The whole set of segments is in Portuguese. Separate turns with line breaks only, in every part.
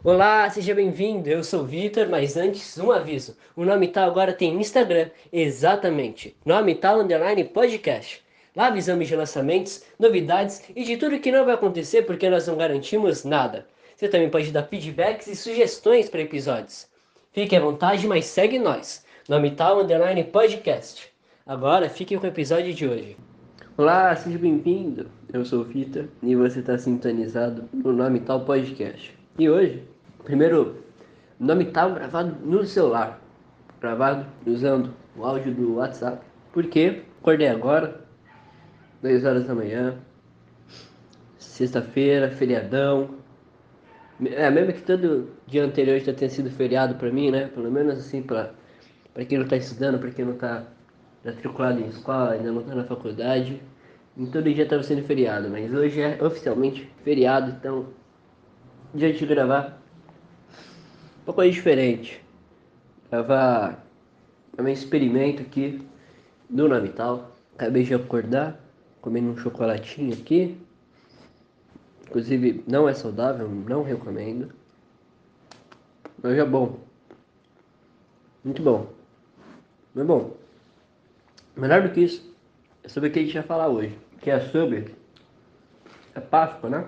Olá, seja bem-vindo. Eu sou o Vitor, mas antes, um aviso. O Nome Tal agora tem Instagram, exatamente. Nome Tal Underline Podcast. Lá avisamos de lançamentos, novidades e de tudo que não vai acontecer porque nós não garantimos nada. Você também pode dar feedbacks e sugestões para episódios. Fique à vontade, mas segue nós. Nome Tal Underline Podcast. Agora fique com o episódio de hoje. Olá, seja bem-vindo. Eu sou o Vitor e você está sintonizado no Nome Tal Podcast. E hoje, primeiro, nome tal gravado no celular, gravado usando o áudio do WhatsApp. Porque acordei agora, 2 horas da manhã, sexta-feira, feriadão. Mesmo que todo dia anterior já tenha sido feriado para mim, né? Pelo menos assim, para quem não tá estudando, para quem não tá matriculado em escola, ainda não tá na faculdade. Em todo dia estava sendo feriado, mas hoje é oficialmente feriado, então, dia de gravar, uma coisa diferente. Gravar é um experimento aqui do Navital. Acabei de acordar, comendo um chocolatinho aqui. Inclusive, não é saudável, não recomendo. Mas é bom, muito bom. Mas bom, melhor do que isso, é sobre o que a gente vai falar hoje. Que é sobre a Páscoa, né?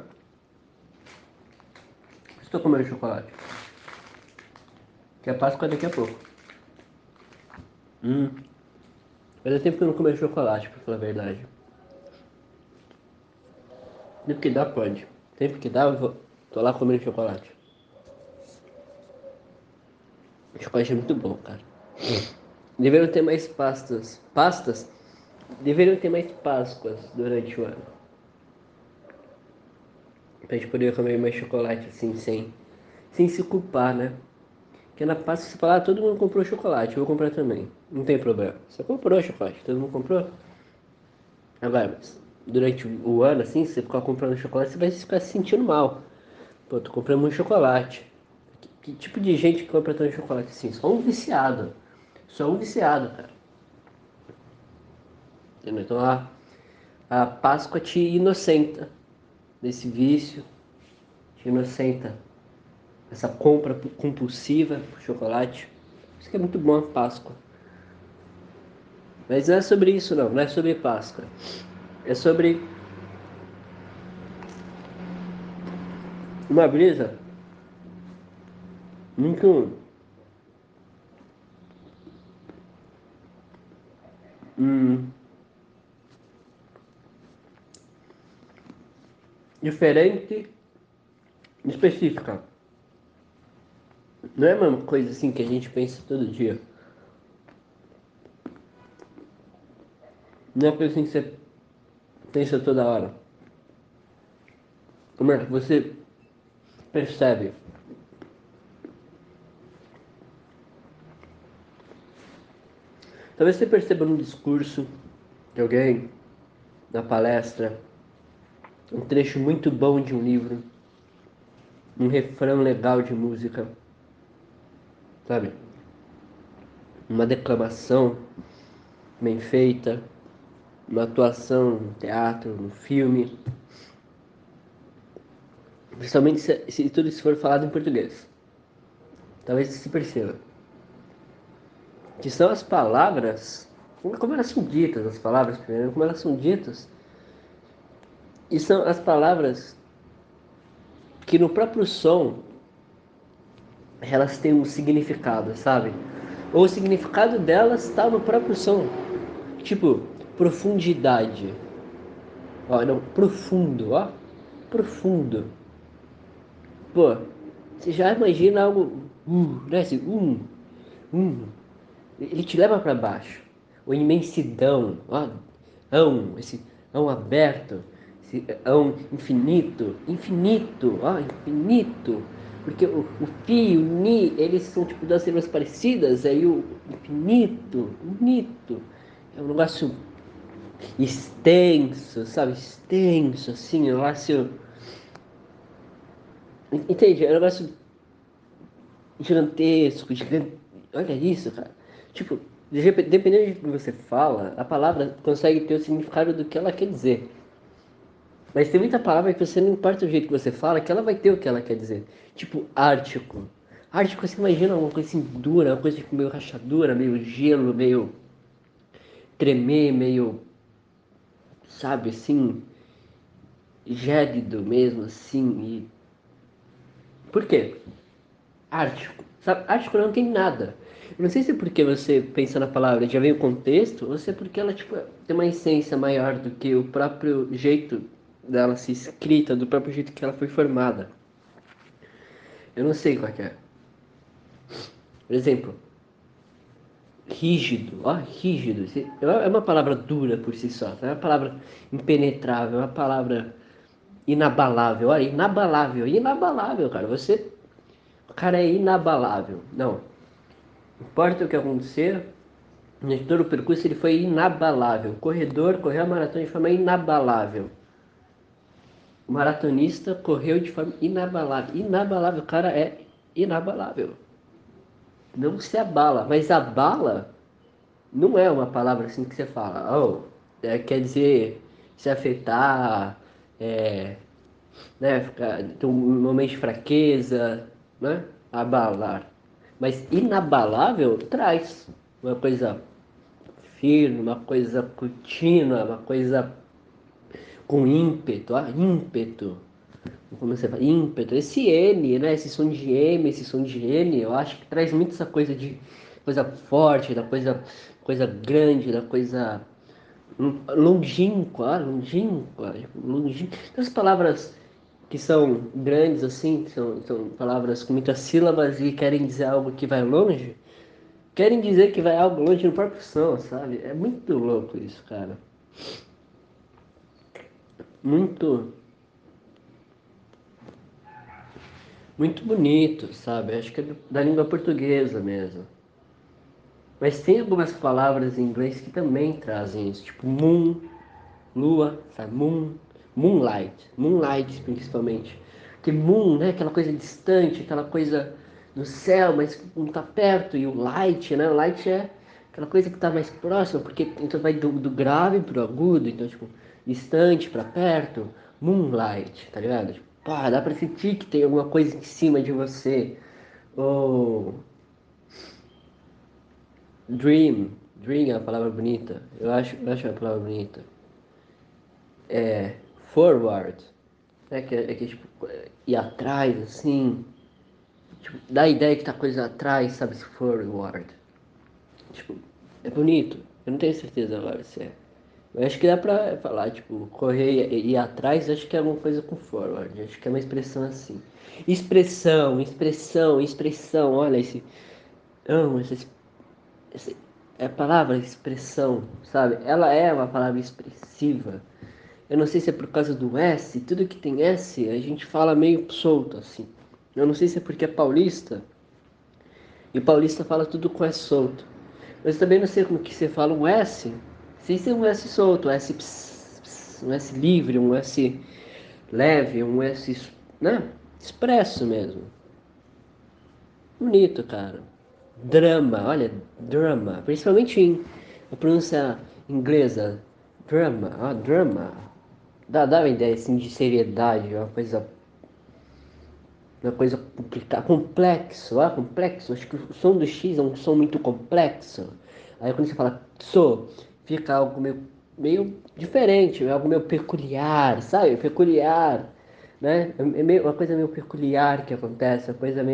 Estou comendo chocolate. Que a Páscoa é daqui a pouco. Faz tempo que eu não comi chocolate, pra falar a verdade. Sempre que dá, pode. Sempre que dá, tô lá comendo chocolate. O chocolate é muito bom, cara. Deveriam ter mais pastas. Pastas? Deveriam ter mais Páscoas durante o ano. Pra gente poder comer mais chocolate assim, sem se culpar, né? Porque na Páscoa você fala, ah, todo mundo comprou chocolate, eu vou comprar também. Não tem problema. Você comprou chocolate, todo mundo comprou. Agora, mas durante o ano, assim, se você ficar comprando chocolate, você vai ficar se sentindo mal. Pô, tô comprando muito chocolate. Que tipo de gente que compra tanto chocolate assim? Só um viciado. Só um viciado, cara. Entendeu? Então a Páscoa te inocenta desse vício, te inocenta essa compra compulsiva por chocolate. Isso que é muito bom a Páscoa. Mas não é sobre isso não, não é sobre Páscoa. É sobre uma brisa muito hum, diferente, específica. Não é uma coisa assim que a gente pensa todo dia. Não é uma coisa assim que você pensa toda hora. Como é que você percebe? Talvez você perceba no discurso de alguém, na palestra, um trecho muito bom de um livro, um refrão legal de música, sabe? Uma declamação bem feita, uma atuação no teatro, no filme, principalmente se tudo isso for falado em português. Talvez se perceba. Que são as palavras, como elas são ditas, as palavras primeiro, como elas são ditas, e são as palavras que no próprio som elas têm um significado, sabe? Ou o significado delas está no próprio som. Tipo, profundidade. Ó, não, profundo, ó. Profundo. Pô, você já imagina algo, né? Assim, um. Ele te leva para baixo. Ou imensidão, ó. Esse ão aberto. Esse ão infinito. Infinito, ó, infinito. Porque o fi e o ni, eles são tipo duas sílabas parecidas, aí o infinito, infinito. É um negócio extenso, sabe? Extenso, assim, um negócio. Entende? É um negócio gigantesco, gigante. Olha isso, cara. Tipo, dependendo de que você fala, a palavra consegue ter o significado do que ela quer dizer. Mas tem muita palavra que você não importa o jeito que você fala, que ela vai ter o que ela quer dizer. Tipo, ártico. Ártico, você imagina uma coisa assim dura, uma coisa tipo, meio rachadura, meio gelo, meio tremer, meio, sabe, assim, gélido mesmo, assim. E... Por quê? Ártico. Sabe, ártico não tem nada. Eu não sei se é porque você pensa na palavra já vem o contexto, ou se é porque ela tipo, tem uma essência maior do que o próprio jeito dela ser escrita, do próprio jeito que ela foi formada. Eu não sei qual que é. Por exemplo, rígido. Ó, rígido. É uma palavra dura por si só. É uma palavra impenetrável, é uma palavra inabalável. Olha, inabalável. Inabalável, cara. Você... O cara é inabalável. Não. Importa o que acontecer, em todo o percurso ele foi inabalável. O corredor correu a maratona de forma inabalável. O maratonista correu de forma inabalável. Inabalável, o cara é inabalável. Não se abala, mas abala não é uma palavra assim que você fala. Oh, quer dizer se afetar, né, ter um momento de fraqueza, né? Abalar. Mas inabalável traz uma coisa firme, uma coisa contínua, uma coisa com ímpeto, ímpeto. Como você fala? Ímpeto. Esse N, né? Esse som de M, esse som de N, eu acho que traz muito essa coisa de coisa forte, da coisa grande, da coisa longínqua, longínqua, longínqua. As palavras que são grandes assim, são palavras com muitas sílabas e querem dizer algo que vai longe, querem dizer que vai algo longe no próprio som, sabe? É muito louco isso, cara. Muito, muito bonito, sabe? Acho que é da língua portuguesa mesmo. Mas tem algumas palavras em inglês que também trazem isso, tipo moon, lua, sabe? Moonlight principalmente. Porque moon, né? Aquela coisa distante, aquela coisa no céu, mas não tá perto. E o light, né? O light é aquela coisa que tá mais próxima, porque então vai do grave pro agudo, então tipo, distante pra perto, moonlight, tá ligado? Tipo, pá, dá pra sentir que tem alguma coisa em cima de você. Ou dream é uma palavra bonita. Eu acho uma palavra bonita. Forward, né? Que é tipo, ir atrás, assim. Tipo, dá a ideia que tá coisa atrás, sabe? Se forward. Tipo, é bonito. Eu não tenho certeza agora se é. Eu acho que dá pra falar, tipo, correr e ir atrás, acho que é alguma coisa com forward. Acho que é uma expressão assim. Expressão. Olha esse. Amo é a palavra expressão, sabe? Ela é uma palavra expressiva. Eu não sei se é por causa do S, tudo que tem S a gente fala meio solto assim. Eu não sei se é porque é paulista e o paulista fala tudo com S solto. Mas também não sei como que você fala um S, sem ser um S solto, um S, um S livre, um S leve, um S, né? Expresso mesmo. Bonito, cara. Drama, olha, drama. Principalmente em a pronúncia inglesa. Drama, drama. Dá uma ideia assim de seriedade, uma coisa complicada, complexo, complexo. Acho que o som do X é um som muito complexo. Aí quando você fala so, fica algo meio diferente, é algo meio peculiar, sabe? Peculiar, né? É meio, uma coisa meio peculiar que acontece, uma coisa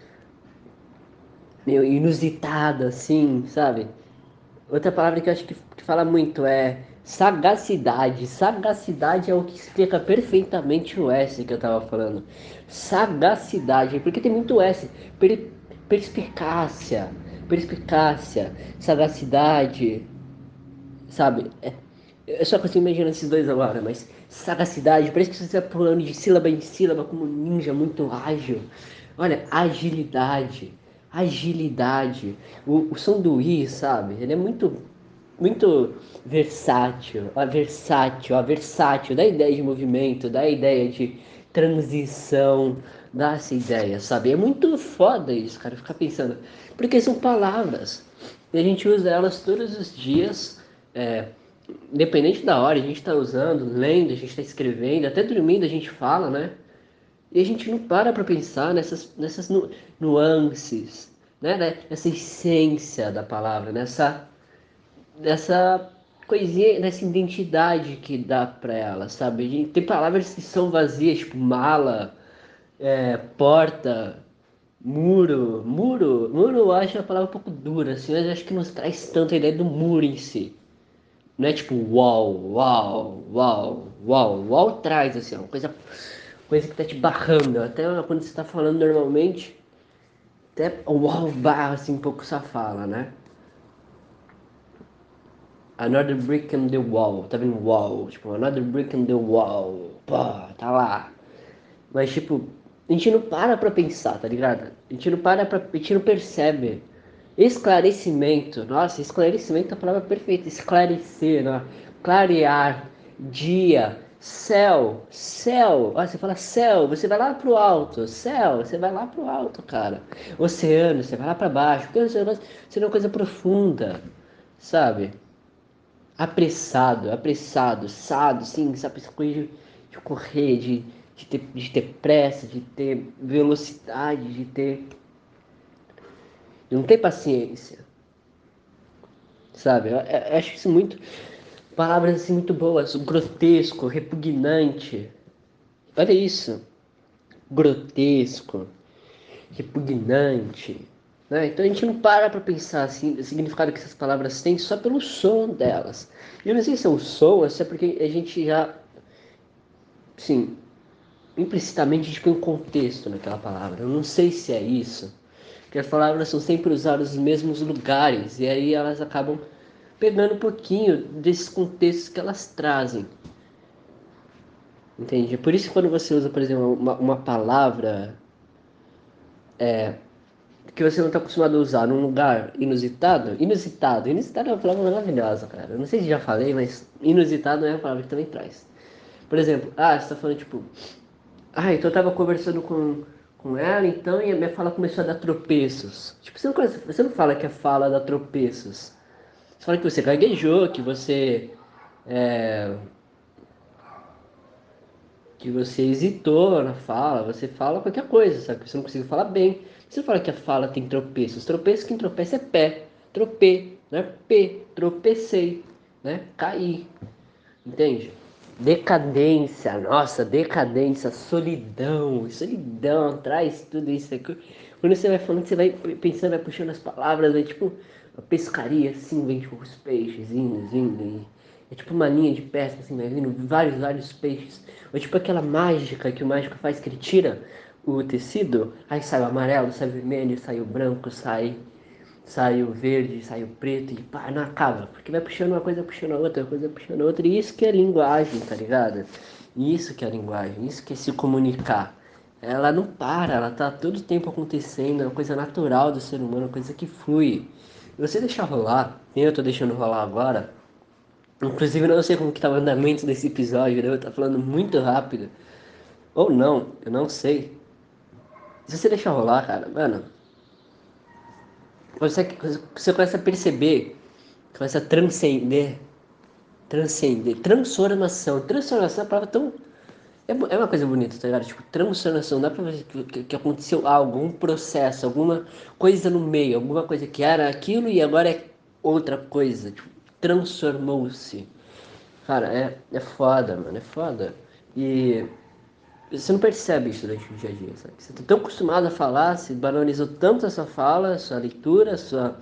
meio inusitada, assim, sabe? Outra palavra que eu acho que fala muito é sagacidade. Sagacidade é o que explica perfeitamente o S que eu tava falando. Sagacidade, porque tem muito S. Perspicácia, sagacidade, sabe? Eu só consigo imaginar esses dois agora, mas sagacidade, parece que você está pulando de sílaba em sílaba como um ninja muito ágil. Olha, agilidade. O som do I, sabe? Ele é muito versátil, dá ideia de movimento, dá ideia de transição, dá essa ideia, sabe? É muito foda isso, cara, ficar pensando, porque são palavras e a gente usa elas todos os dias, é, independente da hora, a gente tá usando, lendo, a gente tá escrevendo, até dormindo a gente fala, né? E a gente não para pensar nessas nuances, né? Nessa essência da palavra, nessa coisinha, nessa identidade que dá pra ela, sabe? Tem palavras que são vazias, tipo mala, porta, muro eu acho a palavra um pouco dura, assim, mas eu acho que não traz tanto a ideia do muro em si. Não é tipo uau, uau, uau, uau, uau traz, assim, uma coisa que tá te barrando. Até quando você tá falando normalmente, até uau barra assim um pouco sua fala, né? Another brick in the wall, tá vendo? Wall, tipo, another brick in the wall, pá, tá lá. Mas, tipo, a gente não para pensar, tá ligado? A gente não a gente não percebe. Esclarecimento, nossa, esclarecimento é a palavra perfeita. Esclarecer, né? Clarear, dia, céu, céu. Ah, você fala céu, você vai lá pro alto. Céu, você vai lá pro alto, cara. Oceano, você vai lá pra baixo. Porque você é uma coisa profunda, sabe? Apressado, apressado, sado, sim, sabe? Essa coisa de correr, de ter pressa, de ter velocidade, de não ter paciência, sabe? Eu acho isso muito. Palavras assim muito boas, grotesco, repugnante. Olha isso, grotesco, repugnante. Né? Então a gente não para pensar assim, o significado que essas palavras têm só pelo som delas. E eu não sei se é o som, ou se é porque a gente já, sim, implicitamente a gente põe um contexto naquela palavra. Eu não sei se é isso, porque as palavras são sempre usadas nos mesmos lugares e aí elas acabam pegando um pouquinho desses contextos que elas trazem. Entende? É por isso que quando você usa, por exemplo, uma palavra que você não está acostumado a usar num lugar inusitado é uma palavra maravilhosa, cara. Eu não sei se já falei, mas inusitado é uma palavra que também traz. Por exemplo, você está falando tipo, então eu tava conversando com ela, então, e a minha fala começou a dar tropeços. Tipo, você não fala que a fala dá tropeços. Você fala que você gaguejou, é, que você hesitou na fala, você fala qualquer coisa, sabe? Que você não conseguiu falar bem. Você fala que a fala tem tropeços. Tropeço, quem tropeça é pé. Tropê, né? P, tropecei, né? Caí. Entende? Decadência, nossa, decadência, solidão, traz tudo isso aqui. Quando você vai falando, você vai pensando, vai puxando as palavras, é tipo uma pescaria assim, vem tipo os peixes indo, e é tipo uma linha de pesca assim, vai vindo vários peixes. Ou tipo aquela mágica que o mágico faz que ele tira o tecido, aí sai o amarelo, sai o vermelho, sai o branco, sai o verde, sai o preto e pá, não acaba. Porque vai puxando uma coisa, puxando a outra, coisa puxando a outra. E isso que é linguagem, tá ligado? Isso que é linguagem, isso que é se comunicar. Ela não para, ela tá todo tempo acontecendo, é uma coisa natural do ser humano, uma coisa que flui. E você deixar rolar, eu tô deixando rolar agora. Inclusive, eu não sei como que tá o andamento desse episódio, né? Eu tô falando muito rápido. Ou não, eu não sei. Se você deixar rolar, cara, mano, você começa a perceber, começa a transcender, transformação é uma palavra tão, é uma coisa bonita, tá ligado? Tipo, transformação, dá pra ver que aconteceu algo, um processo, alguma coisa no meio, alguma coisa que era aquilo e agora é outra coisa, tipo, transformou-se. Cara, é foda, mano, é foda. E você não percebe isso durante o dia a dia, sabe? Você tá tão acostumado a falar, se banalizou tanto a sua fala, a sua leitura, a sua,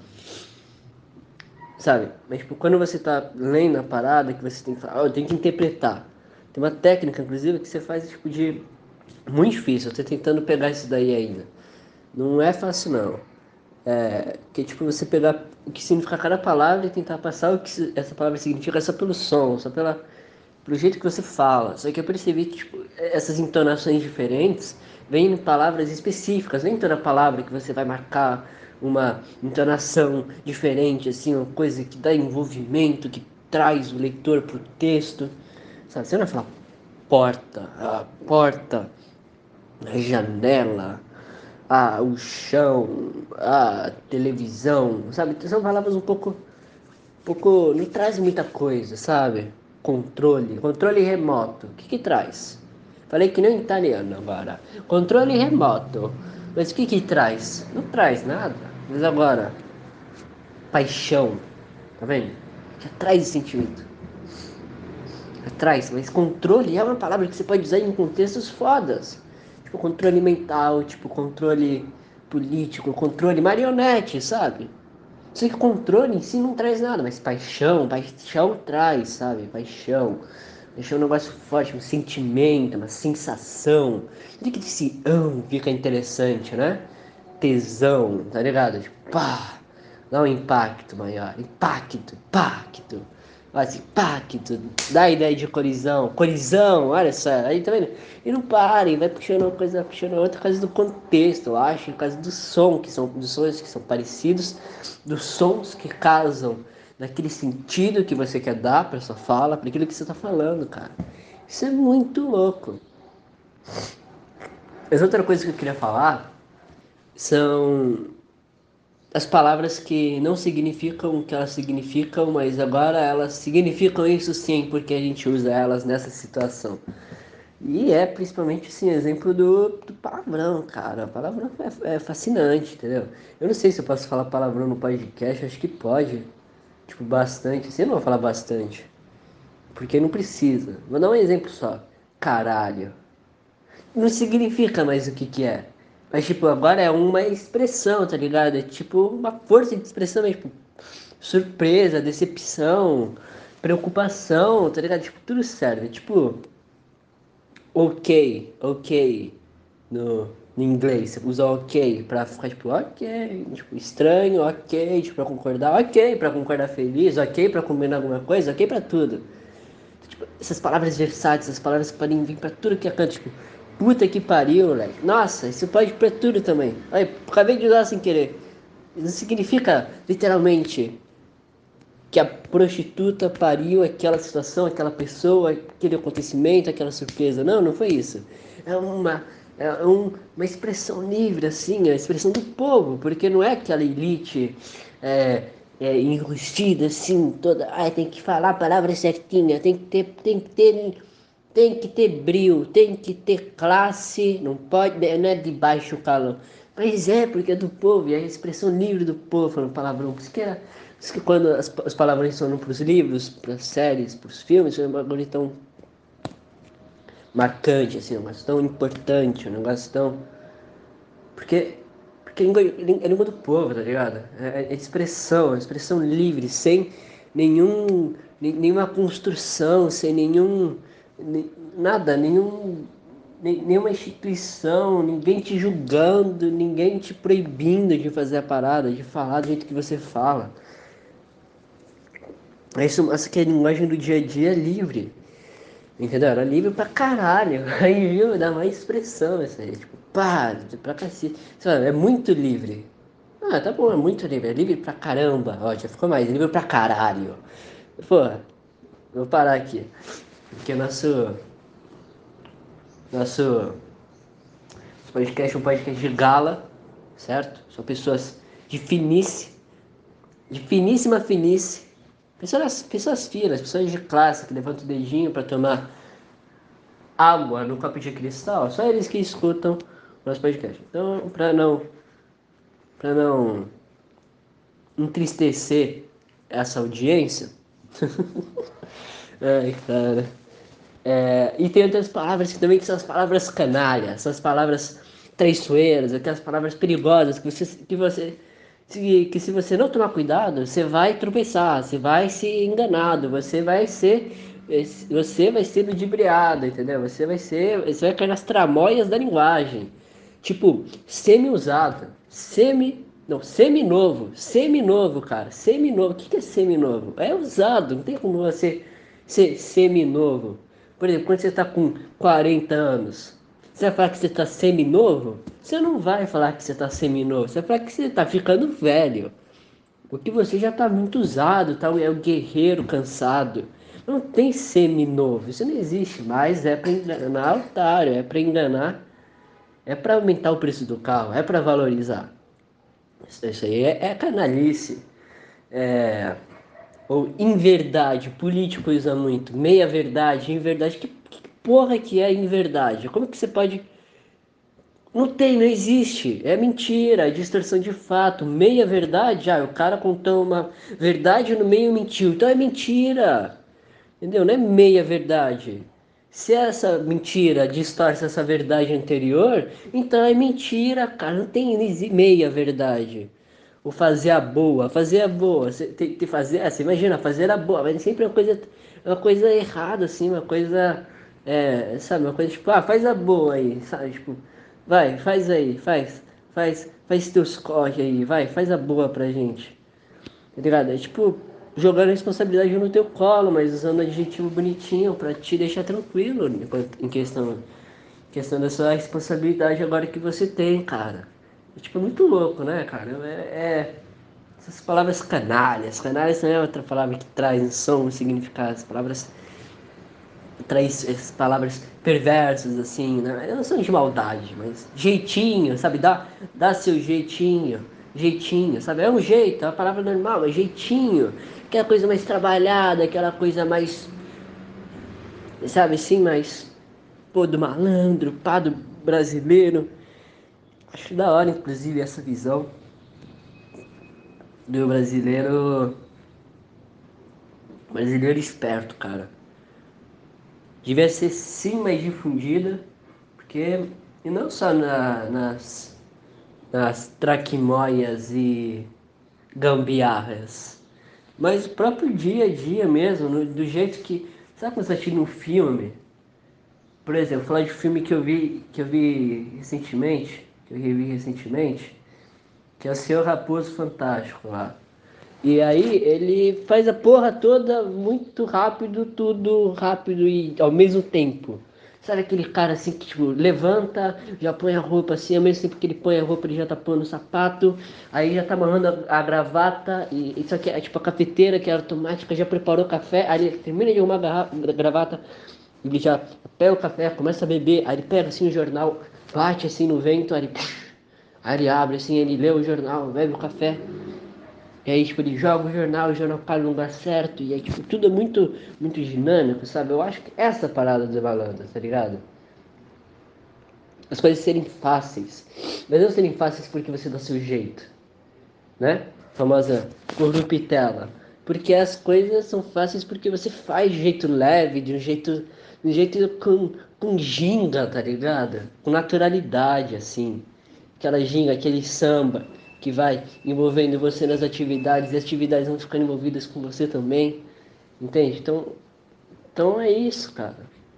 sabe? Mas tipo, quando você tá lendo a parada, que você tem que falar, eu tenho que interpretar. Tem uma técnica, inclusive, que você faz tipo de muito difícil. Eu tô tentando pegar isso daí ainda. Não é fácil não. Que tipo você pegar o que significa cada palavra e tentar passar o que essa palavra significa só pelo som, pelo jeito que você fala. Só que eu percebi que tipo, essas entonações diferentes vêm em palavras específicas, nem toda palavra que você vai marcar uma entonação diferente, assim, uma coisa que dá envolvimento, que traz o leitor pro texto. Sabe, você não vai falar porta, a janela, o chão, a televisão, sabe? São palavras um pouco pouco, não traz muita coisa, sabe? Controle remoto. O que que traz? Falei que nem italiano agora. Controle remoto. Mas o que que traz? Não traz nada. Mas agora, paixão, tá vendo? Já traz esse sentimento. Já traz, mas controle é uma palavra que você pode usar em contextos fodas. Tipo, controle mental, tipo, controle político, controle marionete, sabe? Só que controle em si não traz nada, mas paixão traz, sabe? Paixão é um negócio forte, um sentimento, uma sensação. Tudo que esse fica interessante, né? Tesão, tá ligado? Tipo, pá, dá um impacto maior. Impacto. Olha esse impacto, dá a ideia de colisão, olha só, aí tá vendo? E não parem, vai puxando uma coisa, puxando outra, por causa do contexto, eu acho, por causa do som, dos sons que são parecidos, dos sons que casam naquele sentido que você quer dar pra sua fala, para aquilo que você tá falando, cara. Isso é muito louco. Mas outra coisa que eu queria falar são as palavras que não significam o que elas significam, mas agora elas significam isso sim, porque a gente usa elas nessa situação. E é principalmente assim, exemplo do palavrão, cara. Palavrão é fascinante, entendeu? Eu não sei se eu posso falar palavrão no podcast, acho que pode. Tipo, bastante. Assim, eu não vou falar bastante. Porque não precisa. Vou dar um exemplo só. Caralho. Não significa mais o que que é. Mas, tipo, agora é uma expressão, tá ligado? É tipo uma força de expressão, é, tipo, surpresa, decepção, preocupação, tá ligado? Tipo, tudo serve. Tipo, ok, no inglês. Você usa ok pra ficar, tipo, ok, tipo, estranho, ok, tipo, pra concordar, ok, pra concordar feliz, ok, pra combinar alguma coisa, ok pra tudo. Tipo, essas palavras versáteis, essas palavras que podem vir pra tudo que é canto, tipo, puta que pariu, moleque. Nossa, isso pode ir pra tudo também. Olha, acabei de usar sem querer. Isso significa, literalmente, que a prostituta pariu aquela situação, aquela pessoa, aquele acontecimento, aquela surpresa. Não, não foi isso. É uma, uma expressão livre, assim, a expressão do povo, porque não é aquela elite enrustida, assim, toda. Ai, tem que falar a palavra certinha, tem que ter brio, tem que ter classe, não pode, não é de baixo calão. Mas é, porque é do povo, e é a expressão livre do povo falando palavrão. Por isso que quando os palavrões foram para os livros, para as séries, para os filmes, foi um bagulho tão marcante, assim, um negócio tão importante, um negócio tão. Porque, porque a língua do povo, tá ligado? É expressão livre, sem nenhuma construção, sem nada, nenhuma instituição, ninguém te julgando, ninguém te proibindo de fazer a parada, de falar do jeito que você fala. Isso mostra que a linguagem do dia a dia é livre. Entendeu? Era livre pra caralho. Aí, viu? Dá mais expressão isso aí. Tipo, pá, pra cacete. Sabe, é muito livre. Ah, tá bom, é muito livre. É livre pra caramba. Ó, já ficou mais livre pra caralho. Pô, vou parar aqui. Porque nosso podcast é um podcast de gala, certo? São pessoas de de finíssima finice. Pessoas finas, pessoas de classe que levantam o dedinho pra tomar água no copo de cristal, só eles que escutam o nosso podcast. Então, para não entristecer essa audiência, ai, cara. E tem outras palavras que também que são as palavras canalhas, são as palavras traiçoeiras, aquelas palavras perigosas que se você não tomar cuidado, você vai tropeçar, você vai ser enganado, você vai ser ludibriado, entendeu? Você vai cair nas tramóias da linguagem. Tipo, semi-usado, semi-novo, cara, semi-novo. O que é semi-novo? É usado, não tem como você ser semi-novo. Por exemplo, quando você está com 40 anos, você vai falar que você está semi-novo? Você não vai falar que você está semi-novo, você vai falar que você está ficando velho. Porque você já está muito usado, tá? É o guerreiro cansado. Não tem semi-novo, isso não existe mais. É para enganar otário, é para enganar, é para aumentar o preço do carro, é para valorizar. Isso aí é canalice. É, Ou inverdade, político usa muito. Meia verdade, inverdade. Que porra que é inverdade? Como que você pode. Não tem, não existe. É mentira, é distorção de fato. Meia verdade, o cara contou uma verdade no meio mentiu. Então é mentira. Entendeu? Não é meia verdade. Se essa mentira distorce essa verdade anterior, então é mentira, cara. Não tem meia verdade. O fazer a boa, fazer a boa. Você tem que fazer, você imagina, fazer a boa, mas sempre é uma coisa errada, assim, uma coisa, sabe, uma coisa tipo, faz a boa aí, sabe, tipo, vai, faz aí, faz teus corre aí, vai, faz a boa pra gente, tá ligado? É tipo, jogando a responsabilidade no teu colo, mas usando adjetivo bonitinho pra te deixar tranquilo em questão da sua responsabilidade agora que você tem, cara. É tipo muito louco, né, cara? Essas palavras canalhas. Canalhas não é outra palavra que traz um som, um significado. As palavras traz essas palavras perversas, assim, né? Elas não são de maldade, mas jeitinho, sabe? Dá seu jeitinho. Jeitinho, sabe? É um jeito, é uma palavra normal, mas jeitinho. Aquela coisa mais trabalhada, aquela coisa mais, sabe assim, mais, pô, do malandro, pá, do brasileiro. Acho da hora, inclusive, essa visão do brasileiro esperto, cara. Devia ser sim mais difundida, porque e não só nas traquimóias e gambiarras, mas o próprio dia a dia mesmo, do jeito que. Sabe quando você assiste um filme? Por exemplo, falar de filme que eu vi recentemente, que eu revi recentemente, que é o Senhor Raposo Fantástico lá. E aí ele faz a porra toda muito rápido, tudo rápido e ao mesmo tempo. Sabe aquele cara assim que tipo, levanta, já põe a roupa assim, ao mesmo tempo que ele põe a roupa, ele já tá pondo o sapato, aí já tá amarrando a gravata, e isso aqui é tipo a cafeteira que é automática, já preparou o café, aí ele termina de arrumar a gravata, ele já pega o café, começa a beber, aí ele pega assim o jornal, bate assim no vento, aí ele abre assim, ele lê o jornal, bebe o café. E aí, tipo, ele joga o jornal cai no lugar certo. E aí, tipo, tudo é muito, muito dinâmico, sabe? Eu acho que essa parada do malandro, tá ligado? As coisas serem fáceis. Mas não serem fáceis porque você dá seu jeito, né? A famosa corruptela. Porque as coisas são fáceis porque você faz de jeito leve, de um jeito com ginga, tá ligado? Com naturalidade, assim. Aquela ginga, aquele samba que vai envolvendo você nas atividades e as atividades vão ficando envolvidas com você também, entende? Então é isso, cara.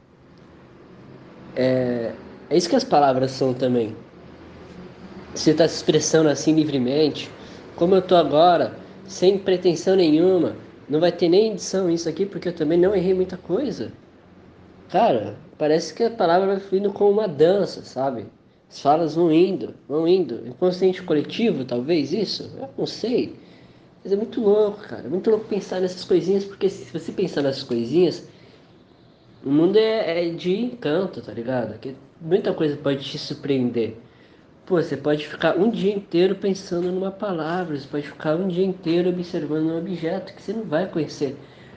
É isso que as palavras são também. Você está se expressando assim livremente, como eu tô agora, sem pretensão nenhuma. Não vai ter nem edição isso aqui, porque eu também não errei muita coisa. Cara, parece que a palavra vai fluindo como uma dança, sabe? As falas vão indo, vão indo. Inconsciente coletivo, talvez isso? Eu não sei. Mas é muito louco, cara. É muito louco pensar nessas coisinhas, porque se você pensar nessas coisinhas, o mundo é de encanto, tá ligado? Que muita coisa pode te surpreender. Pô, você pode ficar um dia inteiro pensando numa palavra, você pode ficar um dia inteiro observando um objeto que você não vai conhecer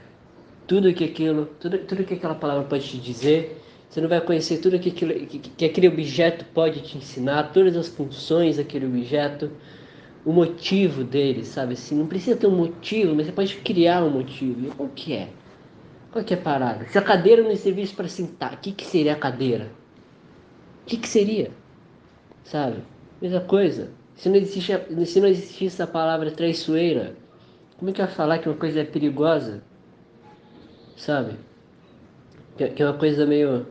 tudo que aquela palavra pode te dizer. Você não vai conhecer tudo que aquele objeto pode te ensinar, todas as funções daquele objeto, o motivo dele, sabe? Assim, não precisa ter um motivo, mas você pode criar um motivo. E qual que é? Qual que é a parada? Se a cadeira não servisse para sentar, o que que seria a cadeira? O que que seria? Sabe? Mesma coisa. Se não existisse a palavra traiçoeira, como é que eu ia falar que uma coisa é perigosa? Sabe? Que é uma coisa meio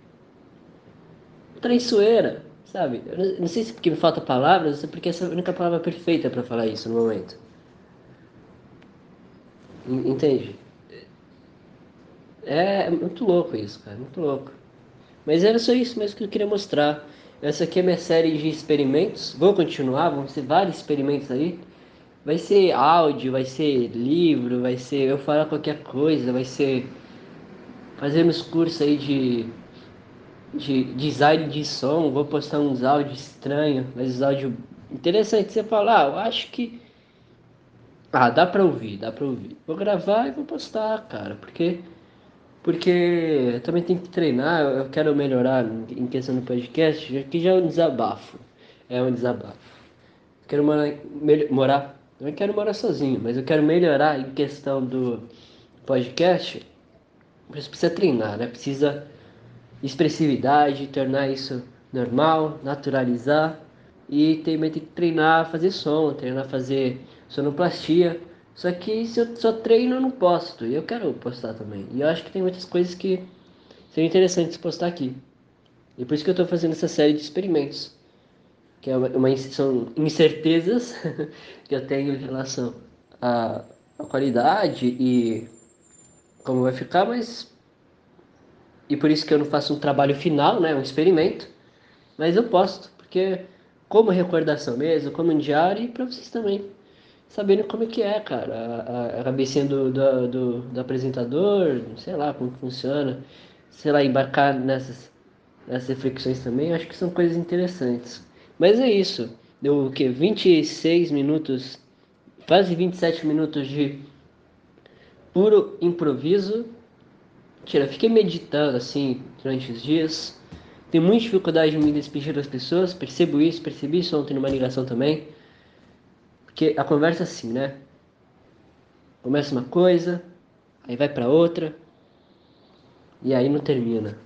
traiçoeira, sabe? Eu não sei se porque me falta palavras, ou porque essa é a única palavra perfeita para falar isso no momento. Entende? É muito louco isso, cara, muito louco. Mas era só isso mesmo que eu queria mostrar. Essa aqui é minha série de experimentos. Vou continuar, vão ser vários experimentos aí. Vai ser áudio, vai ser livro, vai ser eu falar qualquer coisa, vai ser fazermos curso aí de design de som. Vou postar uns áudios estranhos, mas os áudios interessantes. Você falar, eu Ah, dá pra ouvir, dá pra ouvir. Vou gravar e vou postar, cara, porque eu também tenho que treinar, eu quero melhorar em questão do podcast, que já é um desabafo. É um desabafo. Eu quero morar, eu não quero morar sozinho, mas eu quero melhorar em questão do podcast. Você precisa treinar, né? Precisa expressividade, tornar isso normal, naturalizar e também tem que treinar a fazer som, treinar a fazer sonoplastia. Só que se eu só treino, eu não posto. E eu quero postar também. E eu acho que tem muitas coisas que seriam interessantes postar aqui. E por isso que eu estou fazendo essa série de experimentos, que é são incertezas que eu tenho em relação à, à qualidade e como vai ficar, mas e por isso que eu não faço um trabalho final, né, um experimento, mas eu posto, porque como recordação mesmo, como um diário e para vocês também saberem como é que é, cara, a cabecinha do apresentador, sei lá como funciona, sei lá, embarcar nessas reflexões também, acho que são coisas interessantes. Mas é isso, deu o quê? 26 minutos, quase 27 minutos de puro improviso. Tira, fiquei meditando assim durante os dias. Tenho muita dificuldade de me despedir das pessoas, percebi isso ontem numa ligação também. Porque a conversa é assim, né? Começa uma coisa, aí vai pra outra, e aí não termina.